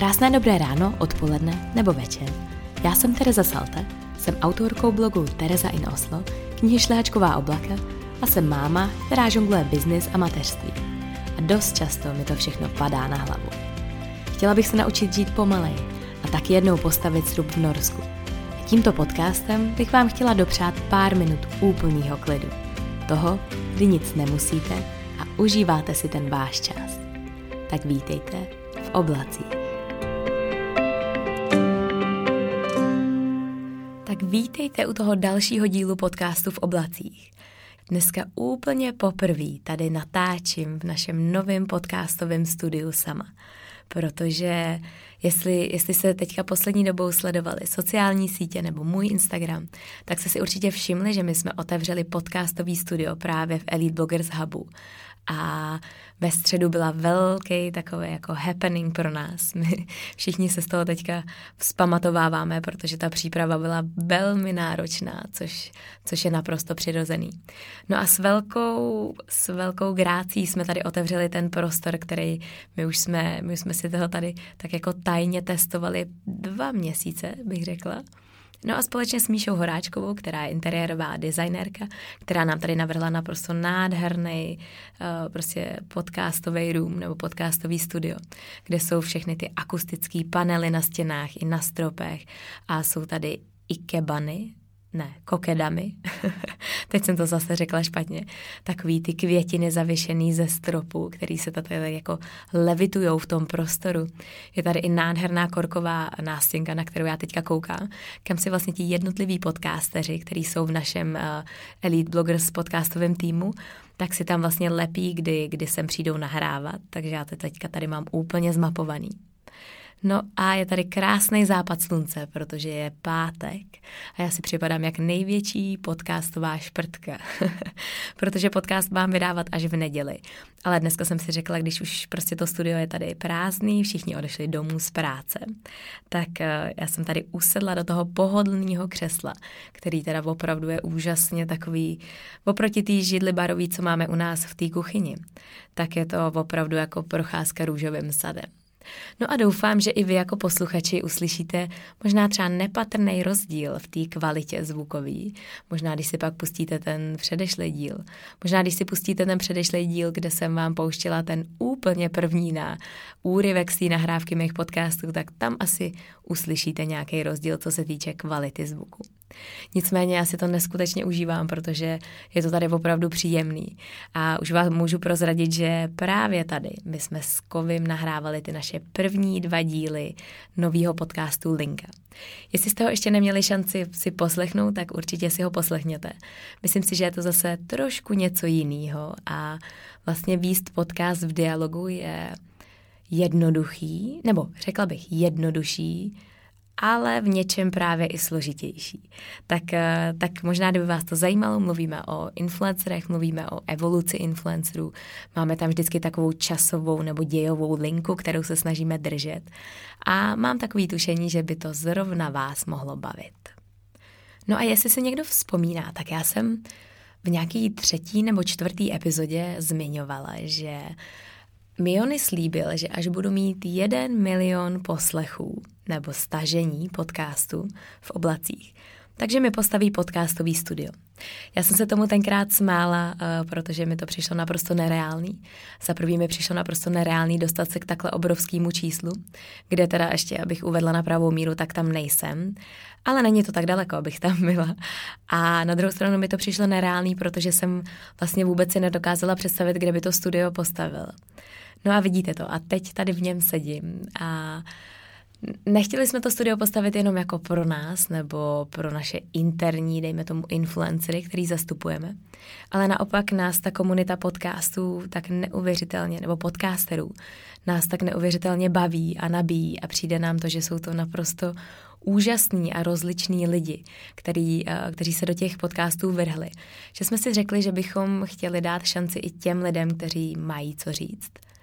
Krásné dobré ráno, odpoledne nebo večer. Já jsem Tereza Salte, jsem autorkou blogu Tereza in Oslo, knihy Šlehačková oblaka a jsem máma, která žongluje biznis a mateřství. A dost často mi to všechno padá na hlavu. Chtěla bych se naučit žít pomaleji a taky jednou postavit srub v Norsku. A tímto podcastem bych vám chtěla dopřát pár minut úplného klidu. Toho, kdy nic nemusíte a užíváte si ten váš čas. Tak vítejte v oblacích. Tak vítejte u toho dalšího dílu podcastu v oblacích. Dneska úplně poprvé tady natáčím v našem novém podcastovém studiu sama. Protože jestli se teďka poslední dobou sledovali sociální sítě nebo můj Instagram, tak jste si určitě všimli, že my jsme otevřeli podcastový studio právě v Elite Bloggers Hubu. A ve středu byla velký takový jako happening pro nás. My všichni se z toho teďka vzpamatováváme, protože ta příprava byla velmi náročná, což je naprosto přirozený. No a s velkou grácí jsme tady otevřeli ten prostor, který my už jsme si toho tady tak jako tajně testovali 2 měsíce, bych řekla. No a společně s Míšou Horáčkovou, která je interiérová designérka, která nám tady navrhla naprosto nádherný prostě podcastový room nebo podcastový studio, kde jsou všechny ty akustické panely na stěnách i na stropech a jsou tady ikebany, kokedami, teď jsem to zase řekla špatně, takový ty květiny zavěšený ze stropu, který se tady jako levitujou v tom prostoru. Je tady i nádherná korková nástěnka, na kterou já teďka koukám, kam si vlastně ti jednotliví podcasteři, kteří jsou v našem Elite Bloggers podcastovém týmu, tak si tam vlastně lepí, kdy sem přijdou nahrávat, takže já to teďka tady mám úplně zmapovaný. No a je tady krásný západ slunce, protože je pátek a já si připadám jak největší podcastová šprtka, protože podcast mám vydávat až v neděli. Ale dneska jsem si řekla, když už prostě to studio je tady prázdný, všichni odešli domů z práce, tak já jsem tady usedla do toho pohodlného křesla, který teda opravdu je úžasně takový, oproti té židli barový, co máme u nás v té kuchyni, tak je to opravdu jako procházka růžovým sadem. No a doufám, že i vy jako posluchači uslyšíte možná třeba nepatrný rozdíl v té kvalitě zvukový. Možná, když si pak pustíte ten předešlý díl. Možná, když si pustíte ten předešlý díl, kde jsem vám pouštěla ten úplně první na úryvek z té nahrávky mých podcastů, tak tam asi uslyšíte nějaký rozdíl, co se týče kvality zvuku. Nicméně já si to neskutečně užívám, protože je to tady opravdu příjemný. A už vám můžu prozradit, že právě tady my jsme s Kovim nahrávali ty naše první 2 díly nového podcastu Linka. Jestli jste ho ještě neměli šanci si poslechnout, tak určitě si ho poslechněte. Myslím si, že je to zase trošku něco jiného a vlastně vést podcast v dialogu je jednoduchý, nebo řekla bych jednodušší, ale v něčem právě i složitější. Tak možná, kdyby vás to zajímalo, mluvíme o influencerech, mluvíme o evoluci influencerů, máme tam vždycky takovou časovou nebo dějovou linku, kterou se snažíme držet a mám takový tušení, že by to zrovna vás mohlo bavit. No a jestli se někdo vzpomíná, tak já jsem v nějaký 3. nebo 4. epizodě zmiňovala, že Miony slíbil, že až budu mít 1 milion poslechů nebo stažení podcastu v oblacích, takže mi postaví podcastový studio. Já jsem se tomu tenkrát smála, protože mi to přišlo naprosto nereálný. Za prvý mi přišlo naprosto nereálný dostat se k takhle obrovskému číslu, kde teda ještě, abych uvedla na pravou míru, tak tam nejsem. Ale není to tak daleko, abych tam byla. A na druhou stranu mi to přišlo nereálný, protože jsem vlastně vůbec si nedokázala představit, kde by to studio postavil. No a vidíte to. A teď tady v něm sedím a nechtěli jsme to studio postavit jenom jako pro nás nebo pro naše interní, dejme tomu influencery, který zastupujeme, ale naopak nás ta komunita podcastů tak neuvěřitelně, nebo podcasterů, nás tak neuvěřitelně baví a nabíjí a přijde nám to, že jsou to naprosto úžasní a rozliční lidi, kteří se do těch podcastů vrhli. Že jsme si řekli, že bychom chtěli dát šanci i těm lidem, kteří mají co říct.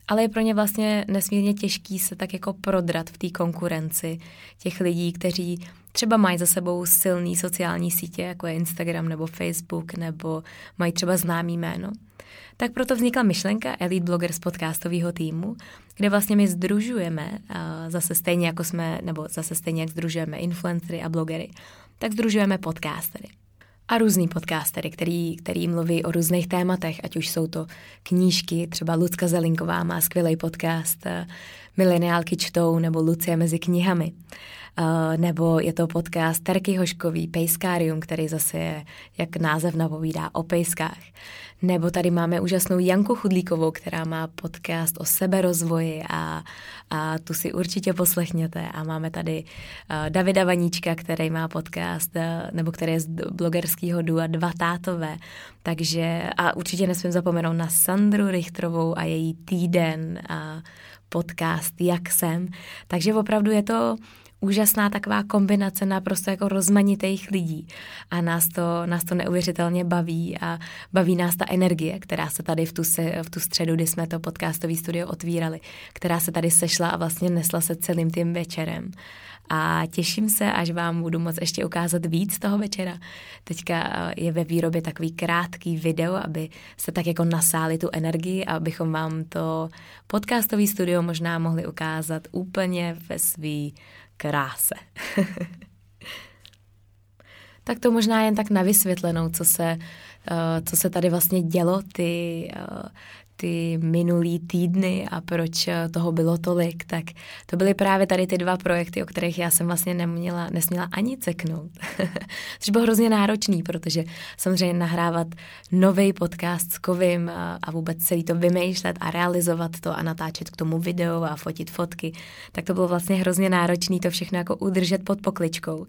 ale je pro ně vlastně nesmírně těžký se tak jako prodrat v té konkurenci těch lidí, kteří třeba mají za sebou silný sociální sítě, jako je Instagram nebo Facebook, nebo mají třeba známý jméno. Tak proto vznikla myšlenka Elite Bloggers podcastového týmu, kde vlastně my sdružujeme, zase stejně jak sdružujeme influencery a blogery, tak sdružujeme podcastery. A různý podcastery, který mluví o různých tématech, ať už jsou to knížky, třeba Lucka Zelinková má skvělý podcast Mileniálky čtou, nebo Lucie mezi knihami. Nebo je to podcast Terky Hoškový, Pejskárium, který zase je, jak název napovídá, o pejskách. Nebo tady máme úžasnou Janku Chudlíkovou, která má podcast o seberozvoji a tu si určitě poslechněte. A máme tady Davida Vaníčka, který má podcast, nebo který je z blogerského dua Dva tátové. Takže a určitě nesmím zapomenout na Sandru Richtrovou a její týden a podcast Jak jsem. Takže opravdu je to úžasná taková kombinace naprosto jako rozmanitých lidí a nás to neuvěřitelně baví a baví nás ta energie, která se tady v tu středu, kdy jsme to podcastové studio otvírali, která se tady sešla a vlastně nesla se celým tím večerem. A těším se, až vám budu moct ještě ukázat víc toho večera. Teďka je ve výrobě takový krátký video, aby se tak jako nasáli tu energii a abychom vám to podcastové studio možná mohli ukázat úplně ve svý kráse. Tak to možná jen tak na vysvětlenou, co se tady vlastně dělo ty minulý týdny a proč toho bylo tolik, tak to byly právě tady ty dva projekty, o kterých já jsem vlastně nesměla ani ceknout. Což bylo hrozně náročný, protože samozřejmě nahrávat nový podcast s Kovim a vůbec celý to vymýšlet a realizovat to a natáčet k tomu video a fotit fotky, tak to bylo vlastně hrozně náročný to všechno jako udržet pod pokličkou.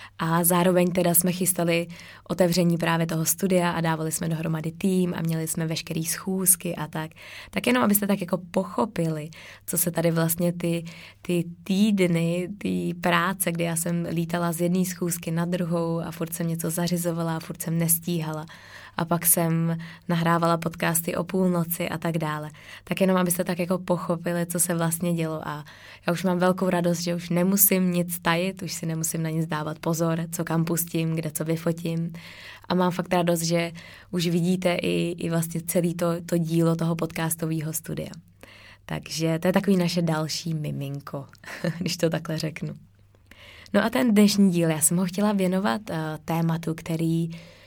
A zároveň teda jsme chystali otevření právě toho studia a dávali jsme dohromady tým a měli jsme veškerý schůzky a tak. Tak jenom, abyste tak jako pochopili, co se tady vlastně ty týdny, ty práce, kdy já jsem lítala z jedné schůzky na druhou a furt jsem něco zařizovala a furt jsem nestíhala. A pak jsem nahrávala podcasty o půlnoci a tak dále. Tak jenom, abyste tak jako pochopili, co se vlastně dělo. A já už mám velkou radost, že už nemusím nic tajit, už si nemusím na nic dávat pozor, co kam pustím, kde co vyfotím. A mám fakt radost, že už vidíte i vlastně celé to dílo toho podcastového studia. Takže to je takový naše další miminko, když to takhle řeknu. No a ten dnešní díl, já jsem ho chtěla věnovat tématu, který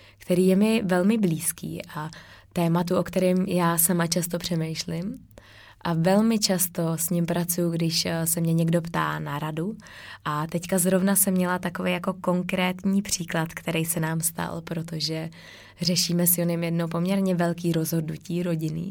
je mi velmi blízký a tématu, o kterém já sama často přemýšlím a velmi často s ním pracuji, když se mě někdo ptá na radu. A teďka zrovna jsem měla takový jako konkrétní příklad, který se nám stal, protože řešíme s Jonem jedno poměrně velký rozhodnutí rodinný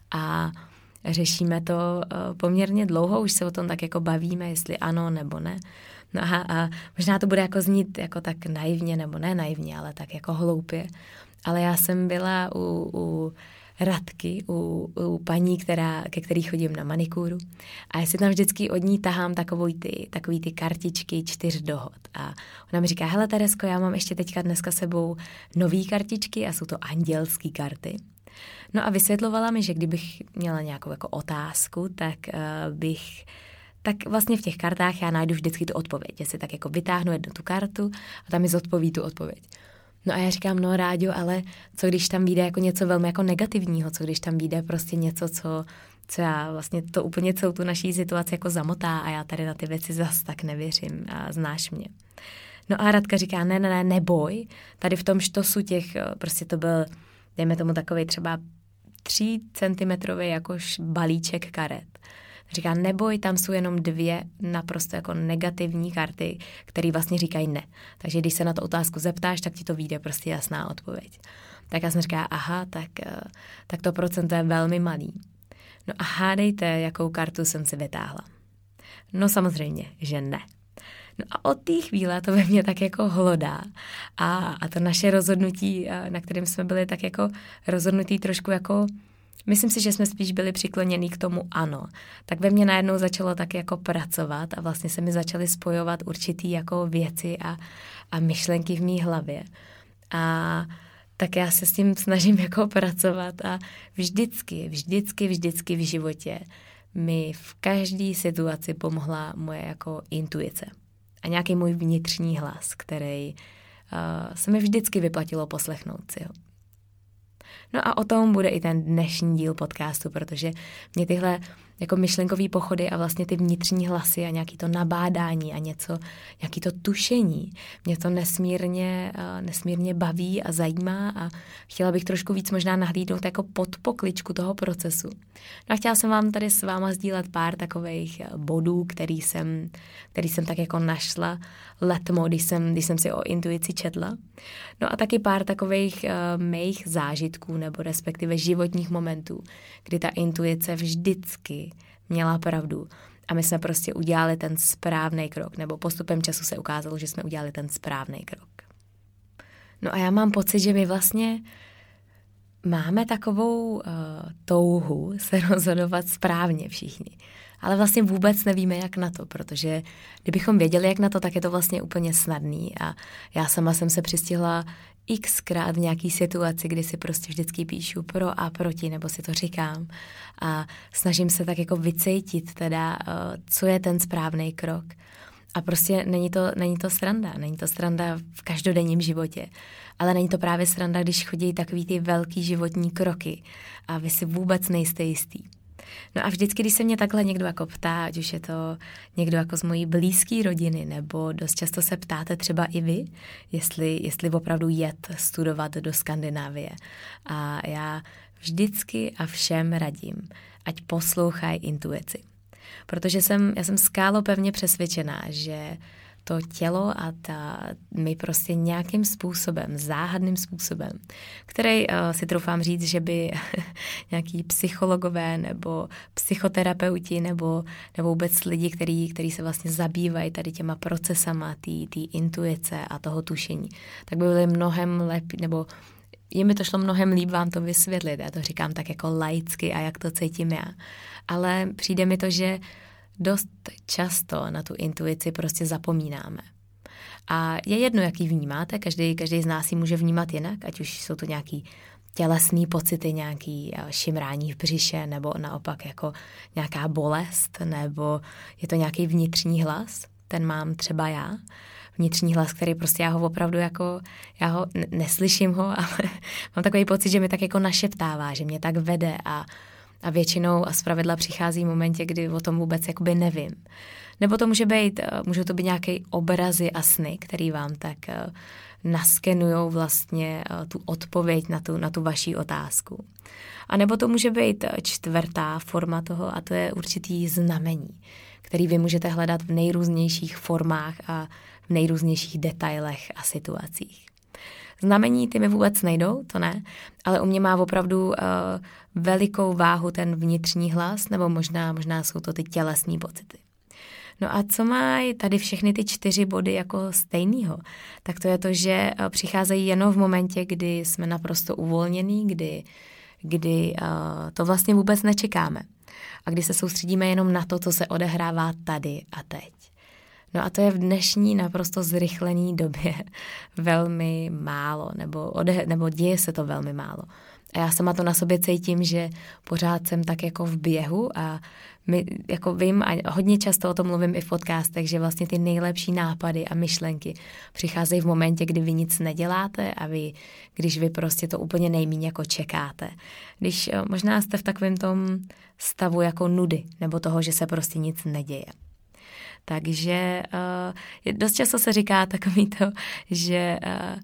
a řešíme to poměrně dlouho, už se o tom tak jako bavíme, jestli ano nebo ne. No a možná to bude jako znít jako tak naivně, nebo ne naivně, ale tak jako hloupě. Ale já jsem byla u Radky, u paní, ke který chodím na manikúru a já si tam vždycky od ní tahám takový ty kartičky 4 dohod. A ona mi říká, hele Teresko, já mám ještě teďka dneska sebou nový kartičky a jsou to andělský karty. No a vysvětlovala mi, že kdybych měla nějakou jako otázku, tak vlastně v těch kartách já najdu vždycky tu odpověď. Já si tak jako vytáhnu jednu tu kartu a tam mi zodpoví tu odpověď. No a já říkám, no Ráďo, ale co když tam vyjde jako něco velmi jako negativního, co když tam vyjde prostě něco, co já vlastně to úplně celou tu naší situaci jako zamotá a já tady na ty věci zas tak nevěřím a znáš mě. No a Radka říká, ne, neboj, tady v tom štosu prostě to byl, dejme tomu takovej třeba 3 centimetrový jakož balíček karet. Říká, neboj, tam jsou jenom 2 naprosto jako negativní karty, které vlastně říkají ne. Takže když se na tu otázku zeptáš, tak ti to vyjde prostě jasná odpověď. Tak já jsem říká, aha, tak to procento je velmi malý. No a hádejte, jakou kartu jsem si vytáhla. No samozřejmě, že ne. No a od té chvíle to ve mně tak jako hlodá. A to naše rozhodnutí, na kterém jsme byli tak jako rozhodnutí trošku jako, myslím si, že jsme spíš byli přiklonění k tomu ano. Tak ve mně najednou začalo tak jako pracovat a vlastně se mi začaly spojovat určitý jako věci a myšlenky v mý hlavě. A tak já se s tím snažím jako pracovat a vždycky v životě mi v každé situaci pomohla moje jako intuice a nějaký můj vnitřní hlas, který se mi vždycky vyplatilo poslechnout si ho. No a o tom bude i ten dnešní díl podcastu, protože mě tyhle jako myšlenkový pochody a vlastně ty vnitřní hlasy a nějaký to nabádání a nějaký to tušení, mě to nesmírně baví a zajímá a chtěla bych trošku víc možná nahlídnout jako pod pokličku toho procesu. No a chtěla jsem vám tady s váma sdílet pár takových bodů, který jsem tak jako našla letmo, když jsem si o intuici četla. No a taky pár takových mých zážitků nebo respektive životních momentů, kdy ta intuice vždycky měla pravdu a my jsme prostě udělali ten správný krok, nebo postupem času se ukázalo, že jsme udělali ten správný krok. No a já mám pocit, že my vlastně máme takovou touhu se rozhodovat správně všichni. Ale vlastně vůbec nevíme, jak na to, protože kdybychom věděli, jak na to, tak je to vlastně úplně snadný a já sama jsem se přistihla xkrát v nějaký situaci, kdy si prostě vždycky píšu pro a proti, nebo si to říkám a snažím se tak jako vycejtit teda, co je ten správný krok. A prostě není to sranda v každodenním životě, ale není to právě sranda, když chodí takový ty velký životní kroky a vy si vůbec nejste jistý. No a vždycky, když se mě takhle někdo jako ptá, ať už je to někdo jako z mojí blízké rodiny, nebo dost často se ptáte třeba i vy, jestli opravdu jet studovat do Skandinávie. A já vždycky a všem radím, ať poslouchají intuici. Protože já jsem skálopevně přesvědčená, že to tělo a my prostě nějakým způsobem, záhadným způsobem, který si troufám říct, že by nějaký psychologové nebo psychoterapeuti nebo vůbec lidi, kteří se vlastně zabývají tady těma procesama, té intuice a toho tušení, tak by byly mnohem lepší, nebo jim by to šlo mnohem líp vám to vysvětlit. Já to říkám tak jako laicky a jak to cítím já. Ale přijde mi to, že dost často na tu intuici prostě zapomínáme. A je jedno, jak ji vnímáte, každý z nás ji může vnímat jinak, ať už jsou to nějaký tělesný pocity, nějaký šimrání v břiše, nebo naopak jako nějaká bolest, nebo je to nějaký vnitřní hlas, ten mám třeba já. Vnitřní hlas, který prostě já ho opravdu jako, neslyším ho, ale mám takový pocit, že mi tak jako našeptává, že mě tak vede a většinou a zpravidla přichází v momentě, kdy o tom vůbec jakoby nevím. Nebo to můžou to být nějaké obrazy a sny, který vám tak naskenujou vlastně tu odpověď na tu vaši otázku. A nebo to může být čtvrtá forma toho a to je určitý znamení, který vy můžete hledat v nejrůznějších formách a v nejrůznějších detailech a situacích. Znamení ty mi vůbec nejdou, to ne, ale u mě má opravdu velikou váhu ten vnitřní hlas, nebo možná jsou to ty tělesní pocity. No a co mají tady všechny ty 4 body jako stejného? Tak to je to, že přicházejí jenom v momentě, kdy jsme naprosto uvolnění, kdy to vlastně vůbec nečekáme. A kdy se soustředíme jenom na to, co se odehrává tady a teď. No a to je v dnešní naprosto zrychlené době velmi málo, nebo děje se to velmi málo. A já sama to na sobě cítím, že pořád jsem tak jako v běhu a jako vím a hodně často o tom mluvím i v podcastech, že vlastně ty nejlepší nápady a myšlenky přicházejí v momentě, kdy vy nic neděláte a když vy prostě to úplně nejméně jako čekáte. Když možná jste v takovém tom stavu jako nudy nebo toho, že se prostě nic neděje. Takže dost často se říká takový to, že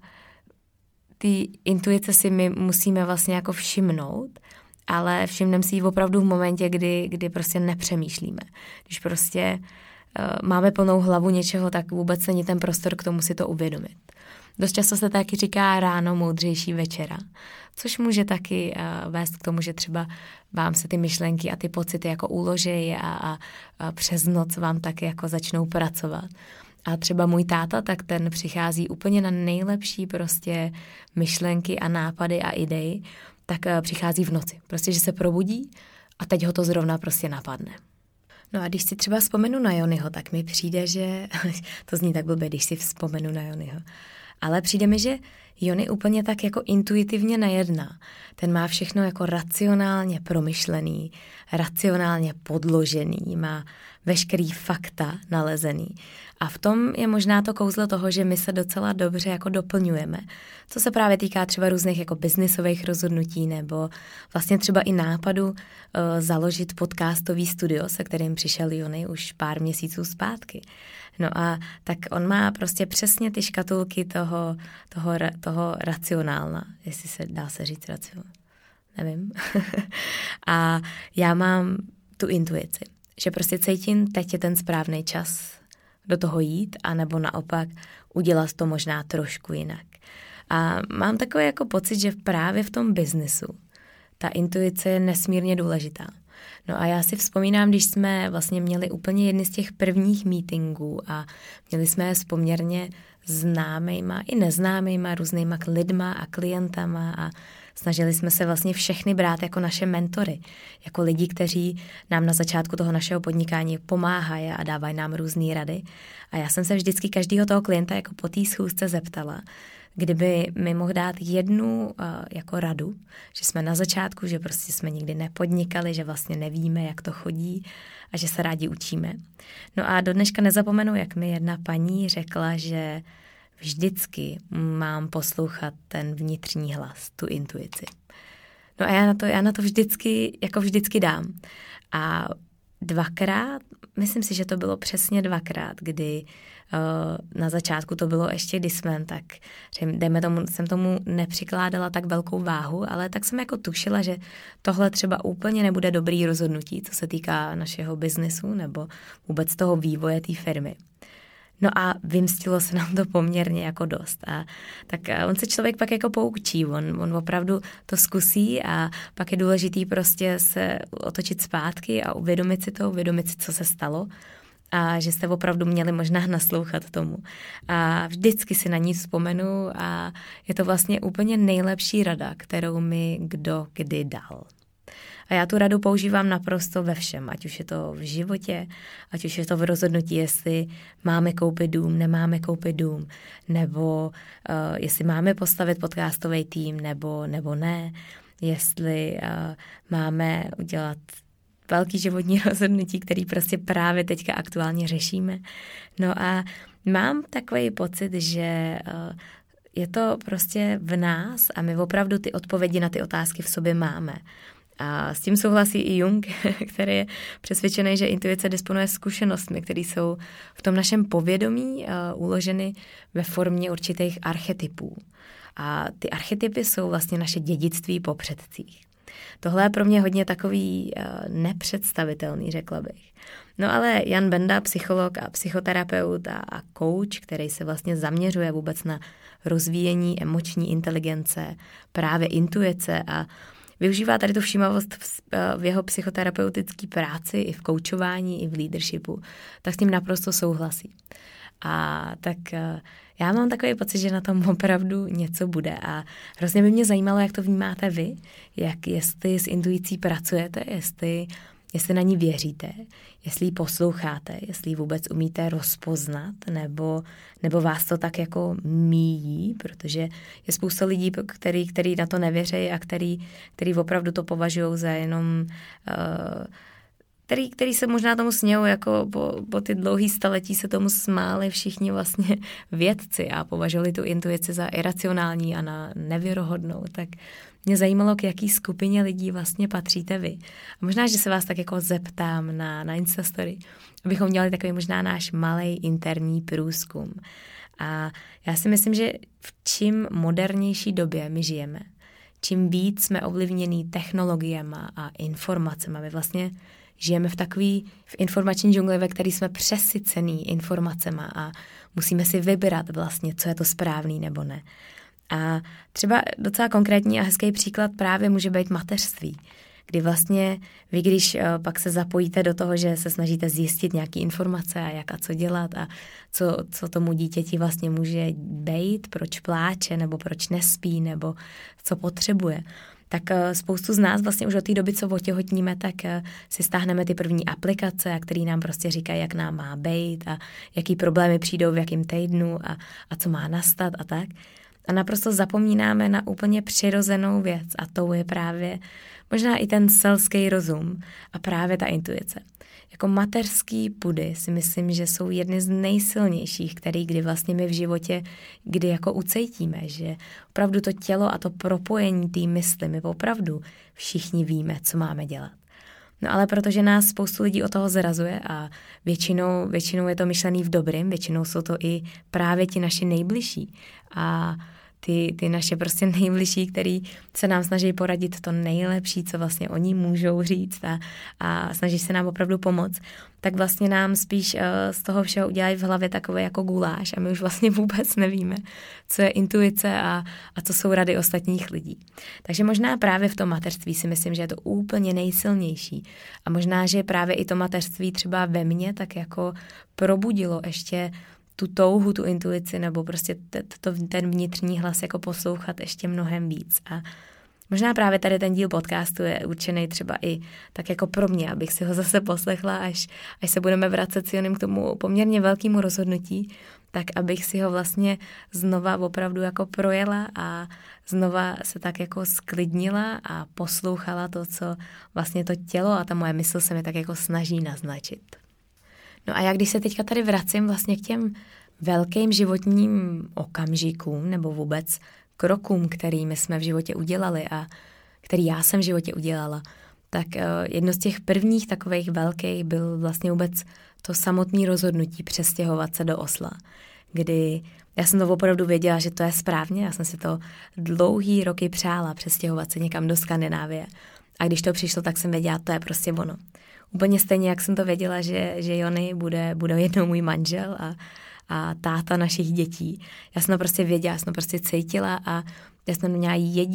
ty intuice si my musíme vlastně jako všimnout, ale všimneme si ji opravdu v momentě, kdy prostě nepřemýšlíme. Když prostě máme plnou hlavu něčeho, tak vůbec není ten prostor k tomu si to uvědomit. Dost často se taky říká ráno moudřejší večera, což může taky vést k tomu, že třeba vám se ty myšlenky a ty pocity jako uloží a přes noc vám taky jako začnou pracovat. A třeba můj táta, tak ten přichází úplně na nejlepší prostě myšlenky a nápady a idei, tak přichází v noci. Prostě, že se probudí a teď ho to zrovna prostě napadne. No a když si třeba vzpomenu na Jonyho, tak mi přijde, že to zní tak blbě, když si vzpomenu na Jonyho. Ale přijde mi, že Jony úplně tak jako intuitivně nejedná. Ten má všechno jako racionálně promyšlený, racionálně podložený, má veškerý fakta nalezený. A v tom je možná to kouzlo toho, že my se docela dobře jako doplňujeme. Co se právě týká třeba různých jako biznisových rozhodnutí nebo vlastně třeba i nápadu založit podcastový studio, se kterým přišel Jony už pár měsíců zpátky. No a tak on má prostě přesně ty škatulky toho racionálna, jestli se dá se říct racionálna, nevím. A já mám tu intuici, že prostě cítím, teď je ten správný čas do toho jít, anebo naopak udělat to možná trošku jinak. A mám takový jako pocit, že právě v tom biznesu ta intuice je nesmírně důležitá. No a já si vzpomínám, když jsme vlastně měli úplně jedny z těch prvních meetingů a měli jsme je s poměrně známejma i neznámejma různýma lidma a klientama a snažili jsme se vlastně všechny brát jako naše mentory, jako lidi, kteří nám na začátku toho našeho podnikání pomáhají a dávají nám různé rady. A já jsem se vždycky každého toho klienta jako po té schůzce zeptala, kdyby mi mohl dát jednu jako radu, že jsme na začátku, že prostě jsme nikdy nepodnikali, že vlastně nevíme, jak to chodí a že se rádi učíme. No a do dneška nezapomenu, jak mi jedna paní řekla, že vždycky mám poslouchat ten vnitřní hlas, tu intuici. No a já na to vždycky dám. A dvakrát, myslím si, že to bylo přesně dvakrát, kdy na začátku to bylo ještě, když jsem tak, dejme tomu, jsem tomu nepřikládala tak velkou váhu, ale tak jsem jako tušila, že tohle třeba úplně nebude dobrý rozhodnutí, co se týká našeho biznesu nebo vůbec toho vývoje té firmy. No a vymstilo se nám to poměrně jako dost. A tak on se člověk pak jako poučí, on opravdu to zkusí a pak je důležitý prostě se otočit zpátky a uvědomit si, co se stalo a že jste opravdu měli možná naslouchat tomu. A vždycky si na ní vzpomenu a je to vlastně úplně nejlepší rada, kterou mi kdo kdy dal. A já tu radu používám naprosto ve všem, ať už je to v životě, ať už je to v rozhodnutí, jestli máme koupit dům, nemáme koupit dům, nebo jestli máme postavit podcastový tým, nebo ne, jestli máme udělat velký životní rozhodnutí, který prostě právě teďka aktuálně řešíme. No a mám takový pocit, že je to prostě v nás a my opravdu ty odpovědi na ty otázky v sobě máme. A s tím souhlasí i Jung, který je přesvědčený, že intuice disponuje zkušenostmi, které jsou v tom našem povědomí uloženy ve formě určitých archetypů. A ty archetypy jsou vlastně naše dědictví po předcích. Tohle je pro mě hodně takový nepředstavitelný, řekla bych. No ale Jan Benda, psycholog a psychoterapeut a coach, který se vlastně zaměřuje vůbec na rozvíjení emoční inteligence, právě intuice a využívá tady tu všímavost v jeho psychoterapeutické práci, i v koučování, i v leadershipu, tak s tím naprosto souhlasí. A tak já mám takový pocit, že na tom opravdu něco bude a hrozně by mě zajímalo, jak to vnímáte vy, jestli s intuicí pracujete, jestli na ní věříte, jestli ji posloucháte, jestli ji vůbec umíte rozpoznat, nebo vás to tak jako míjí, protože je spousta lidí, který na to nevěří a který opravdu to považují za jenom který se možná tomu smějou, jako po ty dlouhý staletí se tomu smáli všichni vlastně vědci a považovali tu intuici za iracionální a na nevěrohodnou, tak mě zajímalo, k jaký skupině lidí vlastně patříte vy. A možná, že se vás tak jako zeptám na Instastory, abychom dělali takový možná náš malej interní průzkum. A já si myslím, že v čím modernější době my žijeme, čím víc jsme ovlivněný technologiema a informacemi, my vlastně žijeme v informační džungli, ve který jsme přesycený informacema a musíme si vybrat vlastně, co je to správný nebo ne. A třeba docela konkrétní a hezký příklad právě může být mateřství, kdy vlastně vy, když pak se zapojíte do toho, že se snažíte zjistit nějaké informace a jak a co dělat a co tomu dítěti vlastně může být, proč pláče nebo proč nespí nebo co potřebuje, tak spoustu z nás vlastně už od té doby, co otěhotníme, tak si stáhneme ty první aplikace, které nám prostě říkají, jak nám má být a jaký problémy přijdou v jakém týdnu a co má nastat a tak. A naprosto zapomínáme na úplně přirozenou věc a tou je právě možná i ten selský rozum a právě ta intuice. Jako mateřský pudy si myslím, že jsou jedny z nejsilnějších, který kdy vlastně my v životě kdy jako ucejtíme, že opravdu to tělo a to propojení té mysli, my opravdu všichni víme, co máme dělat. No ale protože nás spoustu lidí od toho zrazuje a většinou je to myšlený v dobrým, většinou jsou to i právě ti naši nejbližší a ty naše prostě nejbližší, který se nám snaží poradit to nejlepší, co vlastně oni můžou říct a snaží se nám opravdu pomoct, tak vlastně nám spíš z toho všeho udělají v hlavě takové jako guláš a my už vlastně vůbec nevíme, co je intuice a co jsou rady ostatních lidí. Takže možná právě v tom mateřství si myslím, že je to úplně nejsilnější a možná, že právě i to mateřství třeba ve mně tak jako probudilo ještě tu touhu, tu intuici nebo prostě ten vnitřní hlas jako poslouchat ještě mnohem víc. A možná právě tady ten díl podcastu je určený třeba i tak jako pro mě, abych si ho zase poslechla, až se budeme vracet s Jonem k tomu poměrně velkému rozhodnutí, tak abych si ho vlastně znova opravdu jako projela a znova se tak jako sklidnila a poslouchala to, co vlastně to tělo a ta moje mysl se mi tak jako snaží naznačit. No a já když se teďka tady vracím vlastně k těm velkým životním okamžikům nebo vůbec krokům, kterými jsme v životě udělali a který já jsem v životě udělala, tak jedno z těch prvních takových velkých byl vlastně vůbec to samotné rozhodnutí přestěhovat se do Osla, kdy já jsem to opravdu věděla, že to je správně, já jsem si to dlouhý roky přála přestěhovat se někam do Skandinávie a když to přišlo, tak jsem věděla, to je prostě ono. Úplně stejně, jak jsem to věděla, že Jony bude jednou můj manžel a táta našich dětí. Já jsem to prostě věděla, já jsem to prostě cítila a já jsem měla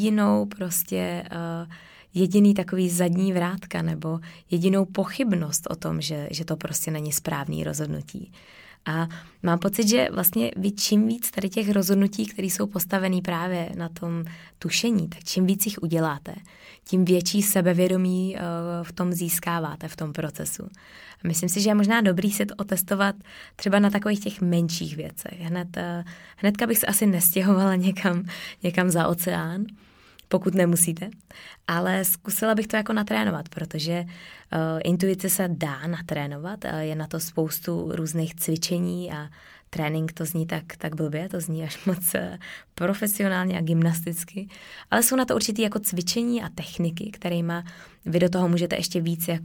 jediný takový zadní vrátka nebo jedinou pochybnost o tom, že to prostě není správný rozhodnutí. A mám pocit, že vlastně vy čím víc tady těch rozhodnutí, které jsou postavený právě na tom tušení, tak čím víc jich uděláte, tím větší sebevědomí v tom získáváte v tom procesu. A myslím si, že je možná dobrý si to otestovat třeba na takových těch menších věcech. Hnedka bych se asi nestěhovala někam za oceán, pokud nemusíte, ale zkusila bych to jako natrénovat, protože intuice se dá natrénovat, je na to spoustu různých cvičení a trénink to zní tak blbě, to zní až moc profesionálně a gymnasticky, ale jsou na to určitý jako cvičení a techniky, kterýma vy do toho můžete ještě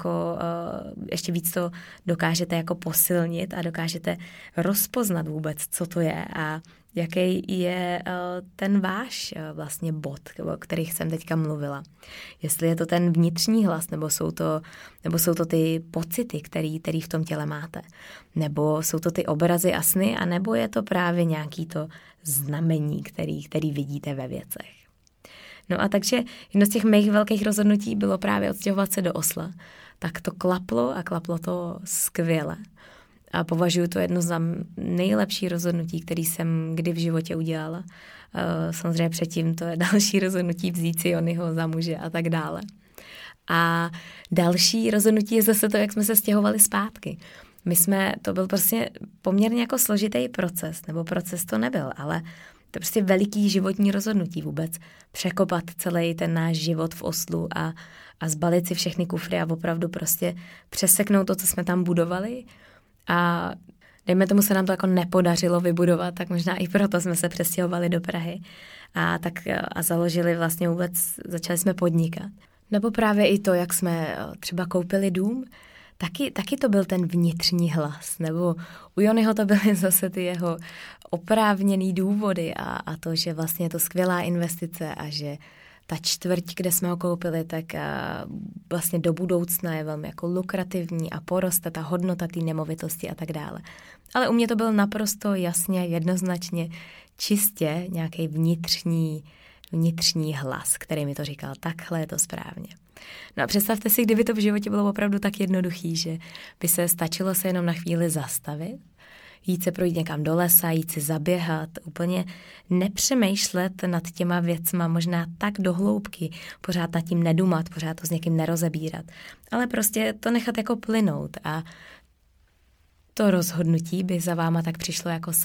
víc to dokážete jako posilnit a dokážete rozpoznat vůbec, co to je a jaký je ten váš vlastně bod, o kterých jsem teďka mluvila. Jestli je to ten vnitřní hlas, nebo jsou to ty pocity, který v tom těle máte, nebo jsou to ty obrazy a sny, a nebo je to právě nějaký to znamení, který vidíte ve věcech. No a takže jedno z těch mých velkých rozhodnutí bylo právě odstěhovat se do Osla. Tak to klaplo a klaplo to skvěle. A považuji to jedno za nejlepší rozhodnutí, který jsem kdy v životě udělala. Samozřejmě předtím to je další rozhodnutí vzít si Jonyho za muže a tak dále. A další rozhodnutí je zase to, jak jsme se stěhovali zpátky. To byl prostě poměrně jako složitý proces, nebo proces to nebyl, ale to prostě veliký životní rozhodnutí vůbec překopat celý ten náš život v Oslu a zbalit si všechny kufry a opravdu prostě přeseknout to, co jsme tam budovali. A dejme tomu, se nám to jako nepodařilo vybudovat, tak možná i proto jsme se přestěhovali do Prahy a založili vlastně začali jsme podnikat. Nebo právě i to, jak jsme třeba koupili dům, taky to byl ten vnitřní hlas, nebo u Jonyho to byly zase ty jeho oprávněný důvody a to, že vlastně je to skvělá investice a že ta čtvrť, kde jsme ho koupili, tak vlastně do budoucna je velmi jako lukrativní a poroste ta hodnota té nemovitosti a tak dále. Ale u mě to byl naprosto jasně, jednoznačně, čistě nějaký vnitřní hlas, který mi to říkal, takhle je to správně. No a představte si, kdyby to v životě bylo opravdu tak jednoduchý, že by se stačilo se jenom na chvíli zastavit, jít se projít někam do lesa, jít si zaběhat, úplně nepřemýšlet nad těma věcma, možná tak do hloubky, pořád nad tím nedumat, pořád to s někým nerozebírat, ale prostě to nechat jako plynout a to rozhodnutí by za váma tak přišlo jako samo.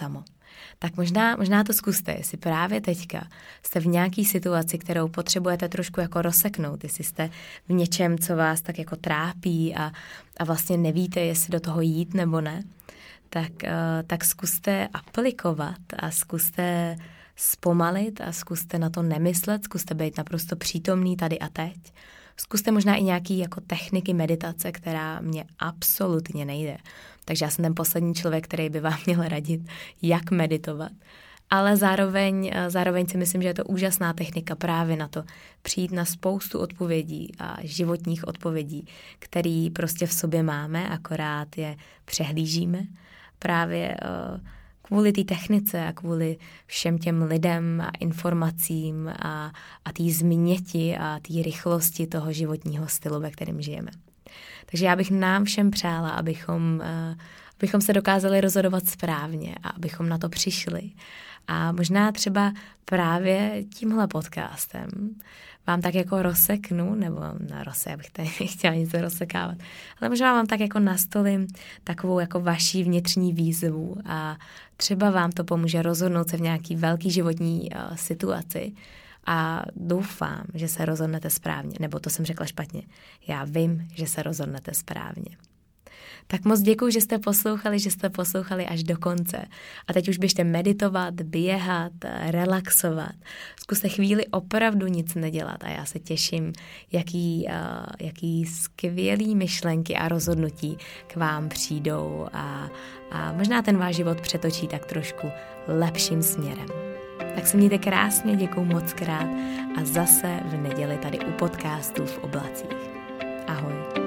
Tak možná to zkuste, jestli právě teďka jste v nějaký situaci, kterou potřebujete trošku jako rozseknout, jestli jste v něčem, co vás tak jako trápí a vlastně nevíte, jestli do toho jít nebo ne, tak zkuste aplikovat a zkuste zpomalit a zkuste na to nemyslet, zkuste být naprosto přítomný tady a teď. Zkuste možná i nějaký jako techniky meditace, která mě absolutně nejde. Takže já jsem ten poslední člověk, který by vám měl radit, jak meditovat. Ale zároveň si myslím, že je to úžasná technika právě na to přijít na spoustu odpovědí a životních odpovědí, které prostě v sobě máme, akorát je přehlížíme. Právě kvůli té technice a kvůli všem těm lidem a informacím a té změti a té rychlosti toho životního stylu, ve kterém žijeme. Takže já bych nám všem přála, abychom se dokázali rozhodovat správně a abychom na to přišli. A možná třeba právě tímhle podcastem vám tak jako rozseknu, nebo na já bych tady nechtěla nic rozsekávat, ale možná vám tak jako nastolím takovou jako vaší vnitřní výzvu a třeba vám to pomůže rozhodnout se v nějaký velký životní situaci a doufám, že se rozhodnete správně, nebo to jsem řekla špatně. Já vím, že se rozhodnete správně. Tak moc děkuji, že jste poslouchali až do konce. A teď už běžte meditovat, běhat, relaxovat. Zkuste chvíli opravdu nic nedělat a já se těším, jaký skvělý myšlenky a rozhodnutí k vám přijdou a možná ten váš život přetočí tak trošku lepším směrem. Tak se mějte krásně, děkuju moc krát a zase v neděli tady u podcastu v oblacích. Ahoj.